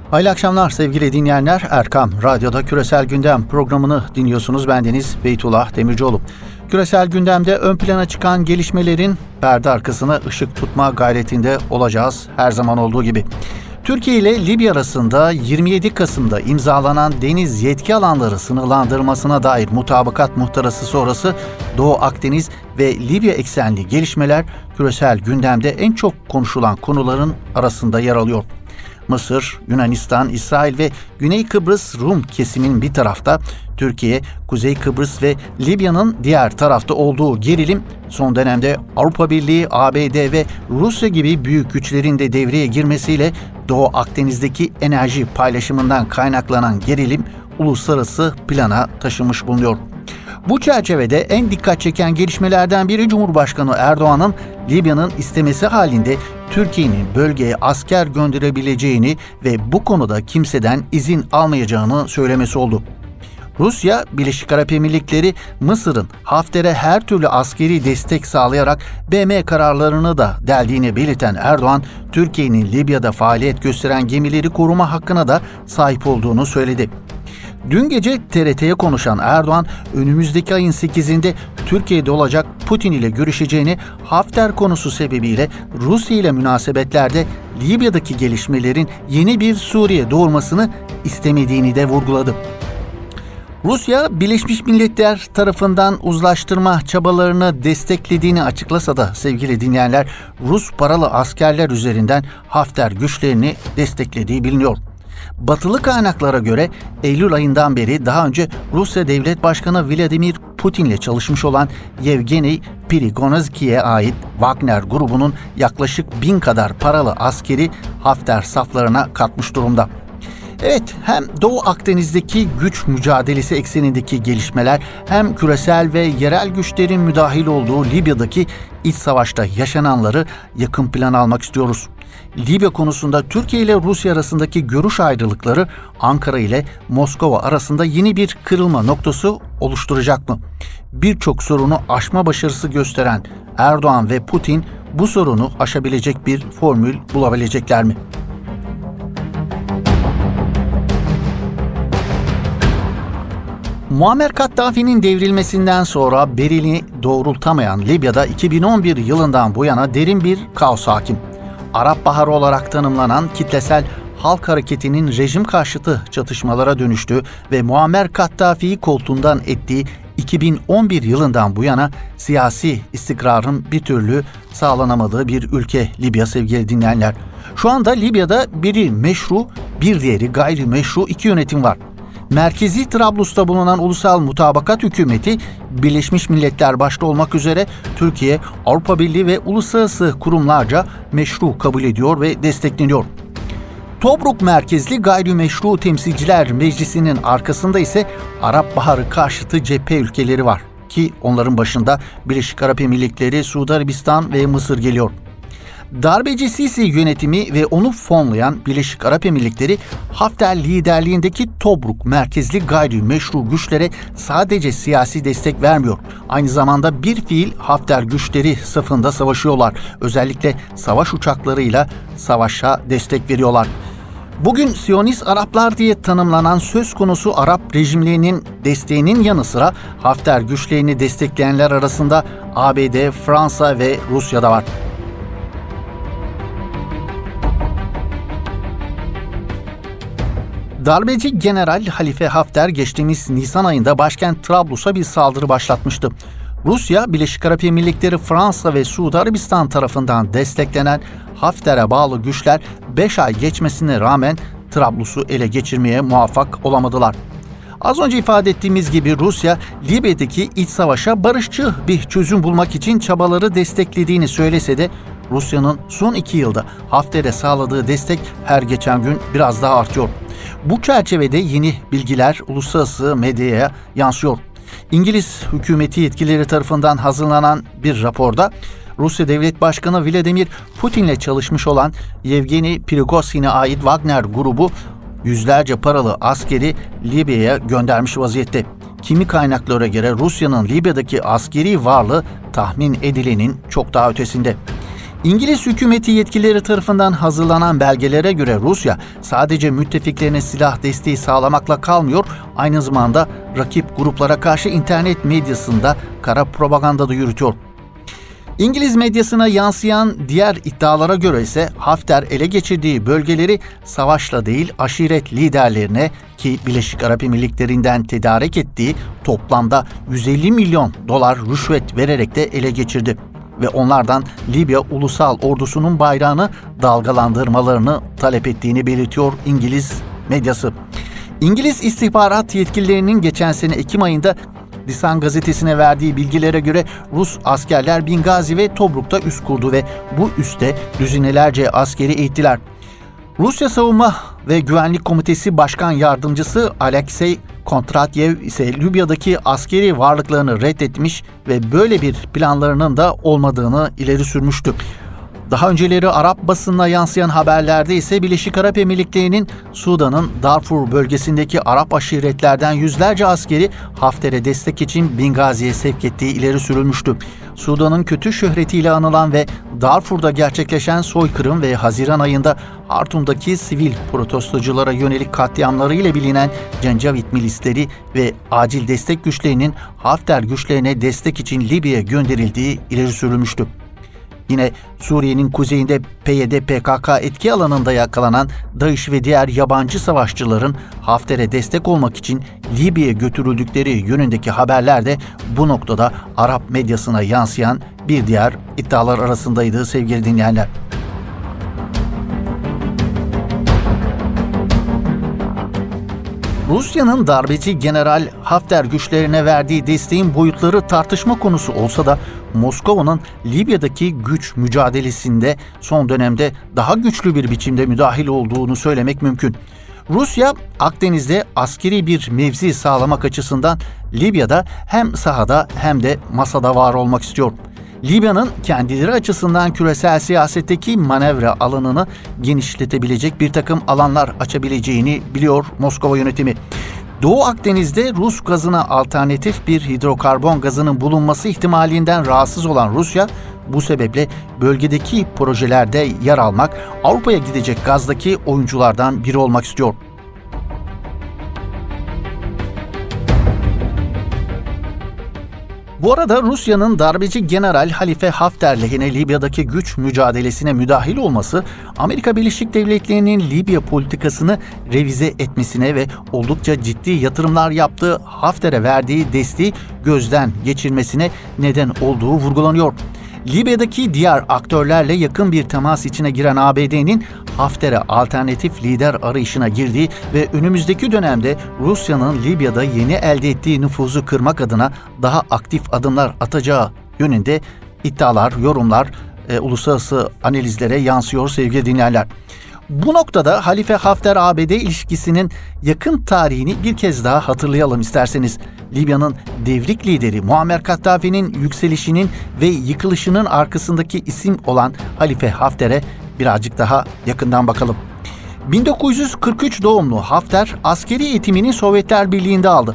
Hayırlı akşamlar sevgili dinleyenler. Erkam Radyo'da Küresel Gündem programını dinliyorsunuz. Bendeniz Beytullah Demircioğlu. Küresel gündemde ön plana çıkan gelişmelerin perde arkasına ışık tutma gayretinde olacağız her zaman olduğu gibi. Türkiye ile Libya arasında 27 Kasım'da imzalanan deniz yetki alanları sınırlandırmasına dair mutabakat muhtırası sonrası Doğu Akdeniz ve Libya eksenli gelişmeler küresel gündemde en çok konuşulan konuların arasında yer alıyor. Mısır, Yunanistan, İsrail ve Güney Kıbrıs Rum kesimin bir tarafta, Türkiye, Kuzey Kıbrıs ve Libya'nın diğer tarafta olduğu gerilim, son dönemde Avrupa Birliği, ABD ve Rusya gibi büyük güçlerin de devreye girmesiyle Doğu Akdeniz'deki enerji paylaşımından kaynaklanan gerilim uluslararası plana taşımış bulunuyor. Bu çerçevede en dikkat çeken gelişmelerden biri Cumhurbaşkanı Erdoğan'ın Libya'nın istemesi halinde Türkiye'nin bölgeye asker gönderebileceğini ve bu konuda kimseden izin almayacağını söylemesi oldu. Rusya, Birleşik Arap Emirlikleri, Mısır'ın Hafter'e her türlü askeri destek sağlayarak BM kararlarını da deldiğini belirten Erdoğan, Türkiye'nin Libya'da faaliyet gösteren gemileri koruma hakkına da sahip olduğunu söyledi. Dün gece TRT'ye konuşan Erdoğan, önümüzdeki ayın 8'inde Türkiye'de olacak Putin ile görüşeceğini, Hafter konusu sebebiyle Rusya ile münasebetlerde Libya'daki gelişmelerin yeni bir Suriye doğurmasını istemediğini de vurguladı. Rusya, Birleşmiş Milletler tarafından uzlaştırma çabalarını desteklediğini açıklasa da sevgili dinleyenler, Rus paralı askerler üzerinden Hafter güçlerini desteklediği biliniyor. Batılı kaynaklara göre Eylül ayından beri daha önce Rusya Devlet Başkanı Vladimir Putin'le çalışmış olan Yevgeni Prigozhinski'ye ait Wagner grubunun yaklaşık 1000 kadar paralı askeri Hafter saflarına katmış durumda. Evet, hem Doğu Akdeniz'deki güç mücadelesi eksenindeki gelişmeler hem küresel ve yerel güçlerin müdahil olduğu Libya'daki iç savaşta yaşananları yakın plana almak istiyoruz. Libya konusunda Türkiye ile Rusya arasındaki görüş ayrılıkları Ankara ile Moskova arasında yeni bir kırılma noktası oluşturacak mı? Birçok sorunu aşma başarısı gösteren Erdoğan ve Putin bu sorunu aşabilecek bir formül bulabilecekler mi? Muammer Kaddafi'nin devrilmesinden sonra belini doğrultamayan Libya'da 2011 yılından bu yana derin bir kaos hakim. Arap Baharı olarak tanımlanan kitlesel halk hareketinin rejim karşıtı çatışmalara dönüştüğü ve Muammer Kaddafi'yi koltuğundan ettiği 2011 yılından bu yana siyasi istikrarın bir türlü sağlanamadığı bir ülke Libya sevgili dinleyenler. Şu anda Libya'da biri meşru, bir diğeri gayrimeşru iki yönetim var. Merkezi Trablus'ta bulunan Ulusal Mutabakat Hükümeti, Birleşmiş Milletler başta olmak üzere Türkiye, Avrupa Birliği ve uluslararası kurumlarca meşru kabul ediyor ve destekleniyor. Tobruk merkezli Gayrimeşru Temsilciler Meclisi'nin arkasında ise Arap Baharı karşıtı cephe ülkeleri var ki onların başında Birleşik Arap Emirlikleri, Suudi Arabistan ve Mısır geliyor. Darbeci Sisi yönetimi ve onu fonlayan Birleşik Arap Emirlikleri, Hafter liderliğindeki Tobruk merkezli gayrimeşru güçlere sadece siyasi destek vermiyor. Aynı zamanda bir fiil Hafter güçleri safında savaşıyorlar. Özellikle savaş uçaklarıyla savaşa destek veriyorlar. Bugün Siyonist Araplar diye tanımlanan söz konusu Arap rejimlerinin desteğinin yanı sıra Hafter güçlerini destekleyenler arasında ABD, Fransa ve Rusya da var. Darbeci General Halife Hafter geçtiğimiz Nisan ayında başkent Trablus'a bir saldırı başlatmıştı. Rusya, Birleşik Arap Emirlikleri, Fransa ve Suudi Arabistan tarafından desteklenen Hafter'e bağlı güçler 5 ay geçmesine rağmen Trablus'u ele geçirmeye muvaffak olamadılar. Az önce ifade ettiğimiz gibi Rusya, Libya'daki iç savaşa barışçı bir çözüm bulmak için çabaları desteklediğini söylese de Rusya'nın son 2 yılda Hafter'e sağladığı destek her geçen gün biraz daha artıyor. Bu çerçevede yeni bilgiler uluslararası medyaya yansıyor. İngiliz hükümeti yetkilileri tarafından hazırlanan bir raporda Rusya Devlet Başkanı Vladimir Putin'le çalışmış olan Yevgeni Prigozhin'e ait Wagner grubu yüzlerce paralı askeri Libya'ya göndermiş vaziyette. Kimi kaynaklara göre Rusya'nın Libya'daki askeri varlığı tahmin edilenin çok daha ötesinde. İngiliz hükümeti yetkilileri tarafından hazırlanan belgelere göre Rusya sadece müttefiklerine silah desteği sağlamakla kalmıyor, aynı zamanda rakip gruplara karşı internet medyasında kara propaganda da yürütüyor. İngiliz medyasına yansıyan diğer iddialara göre ise Hafter ele geçirdiği bölgeleri savaşla değil aşiret liderlerine ki Birleşik Arap Emirlikleri'nden tedarik ettiği toplamda 150 milyon dolar rüşvet vererek de ele geçirdi ve onlardan Libya Ulusal Ordusu'nun bayrağını dalgalandırmalarını talep ettiğini belirtiyor İngiliz medyası. İngiliz istihbarat yetkililerinin geçen sene Ekim ayında The Sun gazetesine verdiği bilgilere göre Rus askerler Bingazi ve Tobruk'ta üs kurdu ve bu üste düzinelerce askeri eğittiler. Rusya Savunma ve Güvenlik Komitesi Başkan Yardımcısı Alexey Kondratyev ise Libya'daki askeri varlıklarını reddetmiş ve böyle bir planlarının da olmadığını ileri sürmüştü. Daha önceleri Arap basınına yansıyan haberlerde ise Birleşik Arap Emirlikleri'nin Sudan'ın Darfur bölgesindeki Arap aşiretlerden yüzlerce askeri Hafter'e destek için Bingazi'ye sevk ettiği ileri sürülmüştü. Sudan'ın kötü şöhretiyle anılan ve Darfur'da gerçekleşen soykırım ve Haziran ayında Hartum'daki sivil protestoculara yönelik katliamları ile bilinen Cencavid milisleri ve acil destek güçlerinin Hafter güçlerine destek için Libya'ya gönderildiği ileri sürülmüştü. Yine Suriye'nin kuzeyinde PYD-PKK etki alanında yakalanan DAEŞ ve diğer yabancı savaşçıların Hafter'e destek olmak için Libya'ya götürüldükleri yönündeki haberler de bu noktada Arap medyasına yansıyan bir diğer iddialar arasındaydı sevgili dinleyenler. Rusya'nın darbeci General Hafter güçlerine verdiği desteğin boyutları tartışma konusu olsa da Moskova'nın Libya'daki güç mücadelesinde son dönemde daha güçlü bir biçimde müdahil olduğunu söylemek mümkün. Rusya, Akdeniz'de askeri bir mevzi sağlamak açısından Libya'da hem sahada hem de masada var olmak istiyor. Libya'nın kendileri açısından küresel siyasetteki manevra alanını genişletebilecek bir takım alanlar açabileceğini biliyor Moskova yönetimi. Doğu Akdeniz'de Rus gazına alternatif bir hidrokarbon gazının bulunması ihtimalinden rahatsız olan Rusya, bu sebeple bölgedeki projelerde yer almak, Avrupa'ya gidecek gazdaki oyunculardan biri olmak istiyor. Bu arada Rusya'nın darbeci General Halife Hafter lehine Libya'daki güç mücadelesine müdahil olması, Amerika Birleşik Devletleri'nin Libya politikasını revize etmesine ve oldukça ciddi yatırımlar yaptığı Hafter'e verdiği desteği gözden geçirmesine neden olduğu vurgulanıyor. Libya'daki diğer aktörlerle yakın bir temas içine giren ABD'nin Hafter'e alternatif lider arayışına girdiği ve önümüzdeki dönemde Rusya'nın Libya'da yeni elde ettiği nüfuzu kırmak adına daha aktif adımlar atacağı yönünde iddialar, yorumlar uluslararası analizlere yansıyor sevgili dinleyenler. Bu noktada Halife Hafter-ABD ilişkisinin yakın tarihini bir kez daha hatırlayalım isterseniz. Libya'nın devrik lideri Muammer Kaddafi'nin yükselişinin ve yıkılışının arkasındaki isim olan Halife Hafter'e birazcık daha yakından bakalım. 1943 doğumlu Hafter askeri eğitimini Sovyetler Birliği'nde aldı.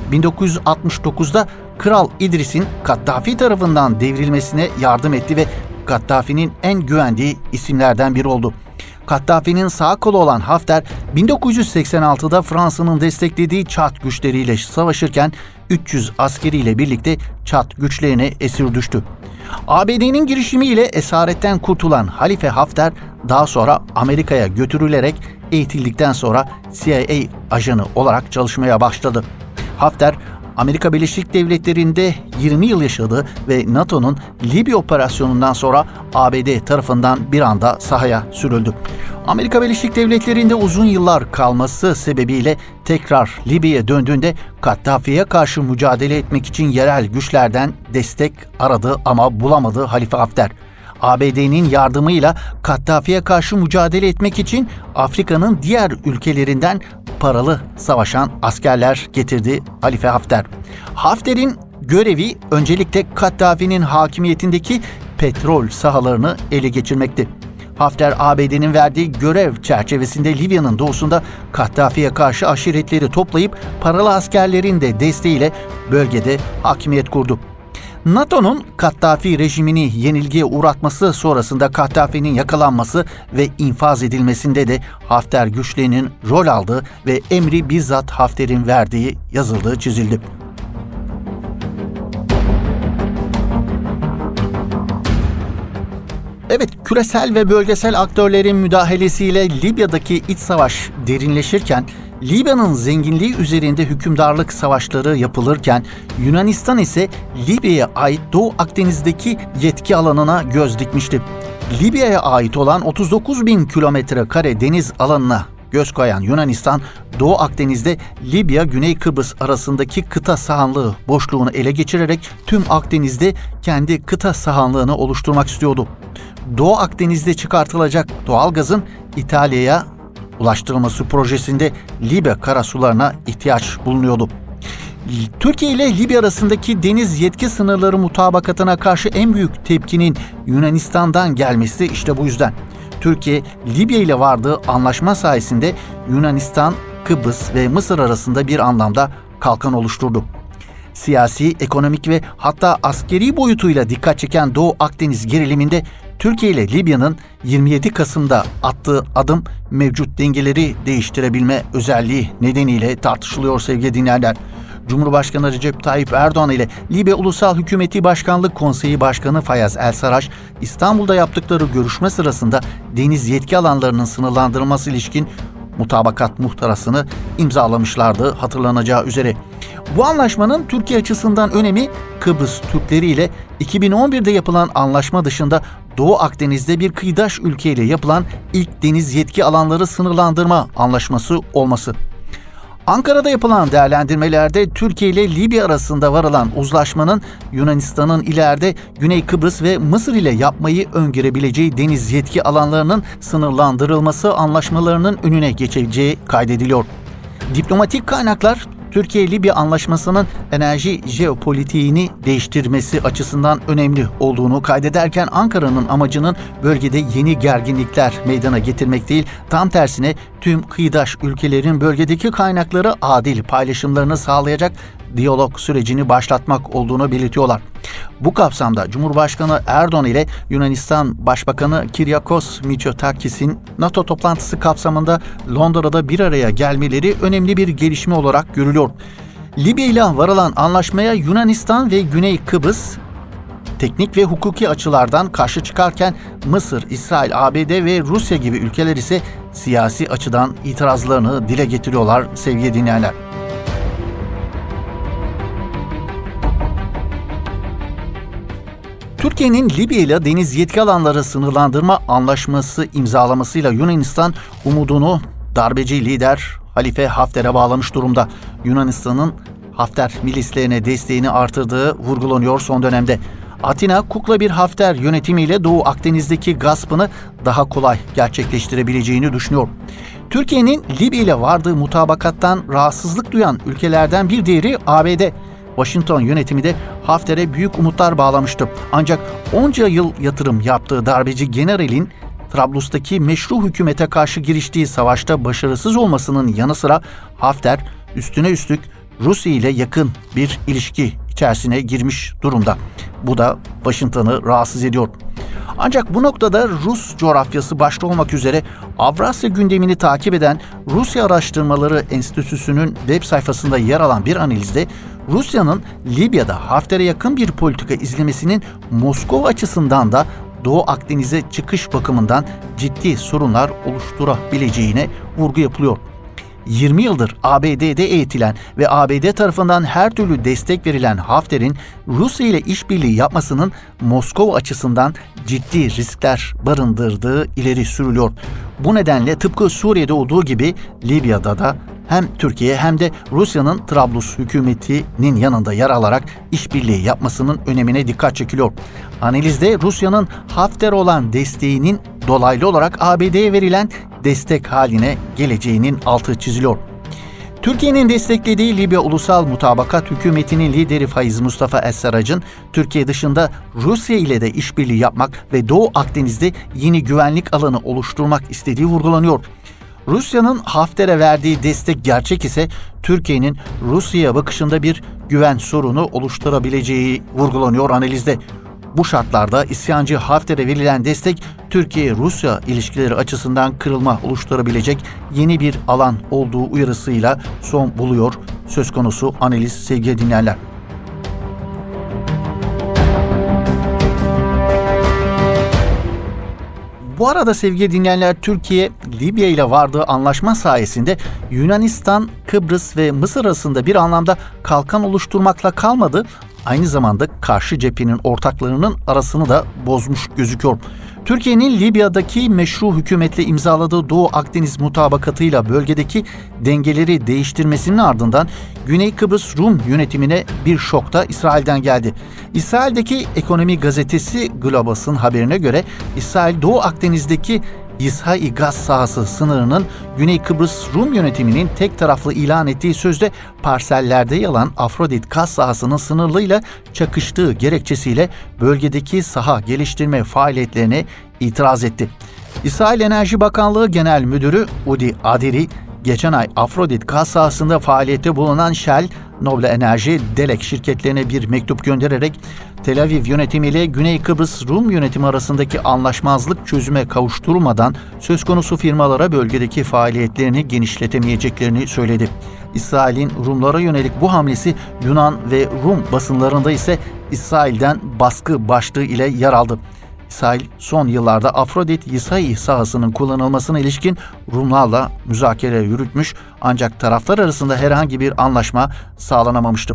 1969'da Kral İdris'in Kaddafi tarafından devrilmesine yardım etti ve Kaddafi'nin en güvendiği isimlerden biri oldu. Kaddafi'nin sağ kolu olan Hafter, 1986'da Fransa'nın desteklediği Çat güçleriyle savaşırken 300 askeriyle birlikte Çat güçlerine esir düştü. ABD'nin girişimiyle esaretten kurtulan Halife Hafter, daha sonra Amerika'ya götürülerek eğitildikten sonra CIA ajanı olarak çalışmaya başladı. Hafter, Amerika Birleşik Devletleri'nde 20 yıl yaşadı ve NATO'nun Libya operasyonundan sonra ABD tarafından bir anda sahaya sürüldü. Amerika Birleşik Devletleri'nde uzun yıllar kalması sebebiyle tekrar Libya'ya döndüğünde Kaddafi'ye karşı mücadele etmek için yerel güçlerden destek aradı ama bulamadı Halife Hafter. ABD'nin yardımıyla Kaddafi'ye karşı mücadele etmek için Afrika'nın diğer ülkelerinden paralı savaşan askerler getirdi Halife Hafter. Hafter'in görevi öncelikle Kaddafi'nin hakimiyetindeki petrol sahalarını ele geçirmekti. Hafter, ABD'nin verdiği görev çerçevesinde Libya'nın doğusunda Kaddafi'ye karşı aşiretleri toplayıp paralı askerlerin de desteğiyle bölgede hakimiyet kurdu. NATO'nun Kaddafi rejimini yenilgiye uğratması sonrasında Kaddafi'nin yakalanması ve infaz edilmesinde de Hafter güçlerinin rol aldığı ve emri bizzat Hafter'in verdiği yazıldığı çizildi. Evet, küresel ve bölgesel aktörlerin müdahalesiyle Libya'daki iç savaş derinleşirken, Libya'nın zenginliği üzerinde hükümdarlık savaşları yapılırken, Yunanistan ise Libya'ya ait Doğu Akdeniz'deki yetki alanına göz dikmişti. Libya'ya ait olan 39 bin kilometre kare deniz alanına göz koyan Yunanistan, Doğu Akdeniz'de Libya, Güney Kıbrıs arasındaki kıta sahanlığı boşluğunu ele geçirerek tüm Akdeniz'de kendi kıta sahanlığını oluşturmak istiyordu. Doğu Akdeniz'de çıkartılacak doğalgazın İtalya'ya ulaştırılması projesinde Libya karasularına ihtiyaç bulunuyordu. Türkiye ile Libya arasındaki deniz yetki sınırları mutabakatına karşı en büyük tepkinin Yunanistan'dan gelmesi işte bu yüzden. Türkiye, Libya ile vardığı anlaşma sayesinde Yunanistan, Kıbrıs ve Mısır arasında bir anlamda kalkan oluşturdu. Siyasi, ekonomik ve hatta askeri boyutuyla dikkat çeken Doğu Akdeniz geriliminde Türkiye ile Libya'nın 27 Kasım'da attığı adım mevcut dengeleri değiştirebilme özelliği nedeniyle tartışılıyor sevgili dinleyenler. Cumhurbaşkanı Recep Tayyip Erdoğan ile Libya Ulusal Hükümeti Başkanlık Konseyi Başkanı Fayez El-Sarraj, İstanbul'da yaptıkları görüşme sırasında deniz yetki alanlarının sınırlandırılması ilişkin mutabakat muhtarasını imzalamışlardı hatırlanacağı üzere. Bu anlaşmanın Türkiye açısından önemi, Kıbrıs Türkleri ile 2011'de yapılan anlaşma dışında Doğu Akdeniz'de bir kıyıdaş ülkeyle yapılan ilk deniz yetki alanları sınırlandırma anlaşması olması. Ankara'da yapılan değerlendirmelerde Türkiye ile Libya arasında varılan uzlaşmanın Yunanistan'ın ileride Güney Kıbrıs ve Mısır ile yapmayı öngörebileceği deniz yetki alanlarının sınırlandırılması anlaşmalarının önüne geçeceği kaydediliyor. Diplomatik kaynaklar Türkiye-Libya anlaşmasının enerji jeopolitiğini değiştirmesi açısından önemli olduğunu kaydederken Ankara'nın amacının bölgede yeni gerginlikler meydana getirmek değil, tam tersine tüm kıyıdaş ülkelerin bölgedeki kaynakları adil paylaşımlarını sağlayacak diyalog sürecini başlatmak olduğunu belirtiyorlar. Bu kapsamda Cumhurbaşkanı Erdoğan ile Yunanistan Başbakanı Kyriakos Mitsotakis'in NATO toplantısı kapsamında Londra'da bir araya gelmeleri önemli bir gelişme olarak görülüyor. Libya ile varılan anlaşmaya Yunanistan ve Güney Kıbrıs teknik ve hukuki açılardan karşı çıkarken Mısır, İsrail, ABD ve Rusya gibi ülkeler ise siyasi açıdan itirazlarını dile getiriyorlar sevgili dinleyenler. Türkiye'nin Libya ile deniz yetki alanları sınırlandırma anlaşması imzalamasıyla Yunanistan umudunu darbeci lider Halife Hafter'e bağlamış durumda. Yunanistan'ın Hafter milislerine desteğini artırdığı vurgulanıyor son dönemde. Atina, kukla bir Hafter yönetimiyle Doğu Akdeniz'deki gaspını daha kolay gerçekleştirebileceğini düşünüyor. Türkiye'nin Libya ile vardığı mutabakattan rahatsızlık duyan ülkelerden bir diğeri ABD. Washington yönetimi de Hafter'e büyük umutlar bağlamıştı. Ancak onca yıl yatırım yaptığı darbeci generalin Trablus'taki meşru hükümete karşı giriştiği savaşta başarısız olmasının yanı sıra Hafter üstüne üstlük Rusya ile yakın bir ilişki içerisine girmiş durumda. Bu da Washington'ı rahatsız ediyor. Ancak bu noktada Rus coğrafyası başta olmak üzere Avrasya gündemini takip eden Rusya Araştırmaları Enstitüsü'nün web sayfasında yer alan bir analizde Rusya'nın Libya'da Hafter'e yakın bir politika izlemesinin Moskova açısından da Doğu Akdeniz'e çıkış bakımından ciddi sorunlar oluşturabileceğine vurgu yapılıyor. 20 yıldır ABD'de eğitilen ve ABD tarafından her türlü destek verilen Hafter'in Rusya ile işbirliği yapmasının Moskova açısından ciddi riskler barındırdığı ileri sürülüyor. Bu nedenle tıpkı Suriye'de olduğu gibi Libya'da da hem Türkiye hem de Rusya'nın Trablus hükümetinin yanında yer alarak işbirliği yapmasının önemine dikkat çekiliyor. Analizde Rusya'nın Hafter'e olan desteğinin dolaylı olarak ABD'ye verilen destek haline geleceğinin altı çiziliyor. Türkiye'nin desteklediği Libya Ulusal Mutabakat Hükümeti'nin lideri Faiz Mustafa Es-Serrac'ın Türkiye dışında Rusya ile de işbirliği yapmak ve Doğu Akdeniz'de yeni güvenlik alanı oluşturmak istediği vurgulanıyor. Rusya'nın Hafter'e verdiği destek gerçek ise Türkiye'nin Rusya'ya bakışında bir güven sorunu oluşturabileceği vurgulanıyor analizde. Bu şartlarda isyancı Hafter'e verilen destek Türkiye-Rusya ilişkileri açısından kırılma oluşturabilecek yeni bir alan olduğu uyarısıyla son buluyor söz konusu analiz sevgili dinleyenler. Bu arada sevgili dinleyenler, Türkiye, Libya ile vardığı anlaşma sayesinde Yunanistan, Kıbrıs ve Mısır arasında bir anlamda kalkan oluşturmakla kalmadı, aynı zamanda karşı cephenin ortaklarının arasını da bozmuş gözüküyor. Türkiye'nin Libya'daki meşru hükümetle imzaladığı Doğu Akdeniz mutabakatıyla bölgedeki dengeleri değiştirmesinin ardından Güney Kıbrıs Rum yönetimine bir şok da İsrail'den geldi. İsrail'deki ekonomi gazetesi Globus'un haberine göre İsrail Doğu Akdeniz'deki İshai gaz sahası sınırının Güney Kıbrıs Rum yönetiminin tek taraflı ilan ettiği sözde parsellerde yer alan Afrodit gaz sahasının sınırlığıyla çakıştığı gerekçesiyle bölgedeki saha geliştirme faaliyetlerine itiraz etti. İsrail Enerji Bakanlığı Genel Müdürü Udi Adiri, geçen ay Afrodit gaz sahasında faaliyette bulunan Shell, Noble Enerji, Delek şirketlerine bir mektup göndererek Tel Aviv yönetimiyle Güney Kıbrıs Rum yönetimi arasındaki anlaşmazlık çözüme kavuşturulmadan söz konusu firmalara bölgedeki faaliyetlerini genişletemeyeceklerini söyledi. İsrail'in Rumlara yönelik bu hamlesi Yunan ve Rum basınlarında ise İsrail'den baskı başlığı ile yer aldı. İsrail son yıllarda Afrodit İshai sahasının kullanılmasına ilişkin Rumlarla müzakere yürütmüş ancak taraflar arasında herhangi bir anlaşma sağlanamamıştı.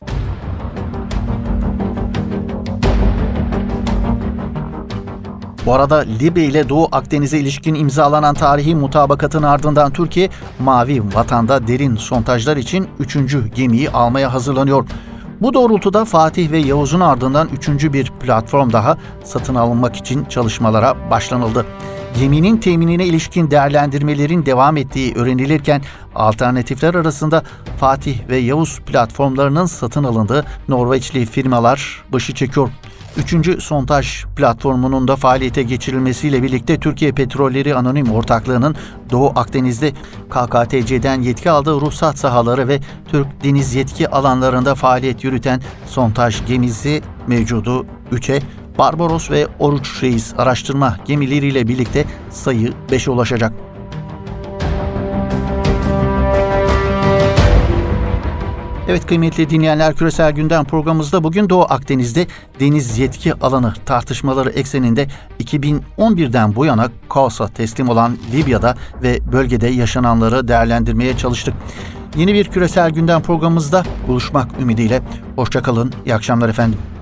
Bu arada Libya ile Doğu Akdeniz'e ilişkin imzalanan tarihi mutabakatın ardından Türkiye, Mavi Vatan'da derin sondajlar için 3. gemiyi almaya hazırlanıyor. Bu doğrultuda Fatih ve Yavuz'un ardından 3. bir platform daha satın alınmak için çalışmalara başlanıldı. Geminin teminine ilişkin değerlendirmelerin devam ettiği öğrenilirken alternatifler arasında Fatih ve Yavuz platformlarının satın alındığı Norveçli firmalar başı çekiyor. 3. sondaj platformunun da faaliyete geçirilmesiyle birlikte Türkiye Petrolleri Anonim Ortaklığı'nın Doğu Akdeniz'de KKTC'den yetki aldığı ruhsat sahaları ve Türk deniz yetki alanlarında faaliyet yürüten sondaj gemisi mevcudu 3'e, Barbaros ve Oruç Reis araştırma gemileriyle birlikte sayı 5'e ulaşacak. Evet kıymetli dinleyenler, Küresel Gündem programımızda bugün Doğu Akdeniz'de deniz yetki alanı tartışmaları ekseninde 2011'den bu yana kaosa teslim olan Libya'da ve bölgede yaşananları değerlendirmeye çalıştık. Yeni bir Küresel Gündem programımızda buluşmak ümidiyle. Hoşça kalın, iyi akşamlar efendim.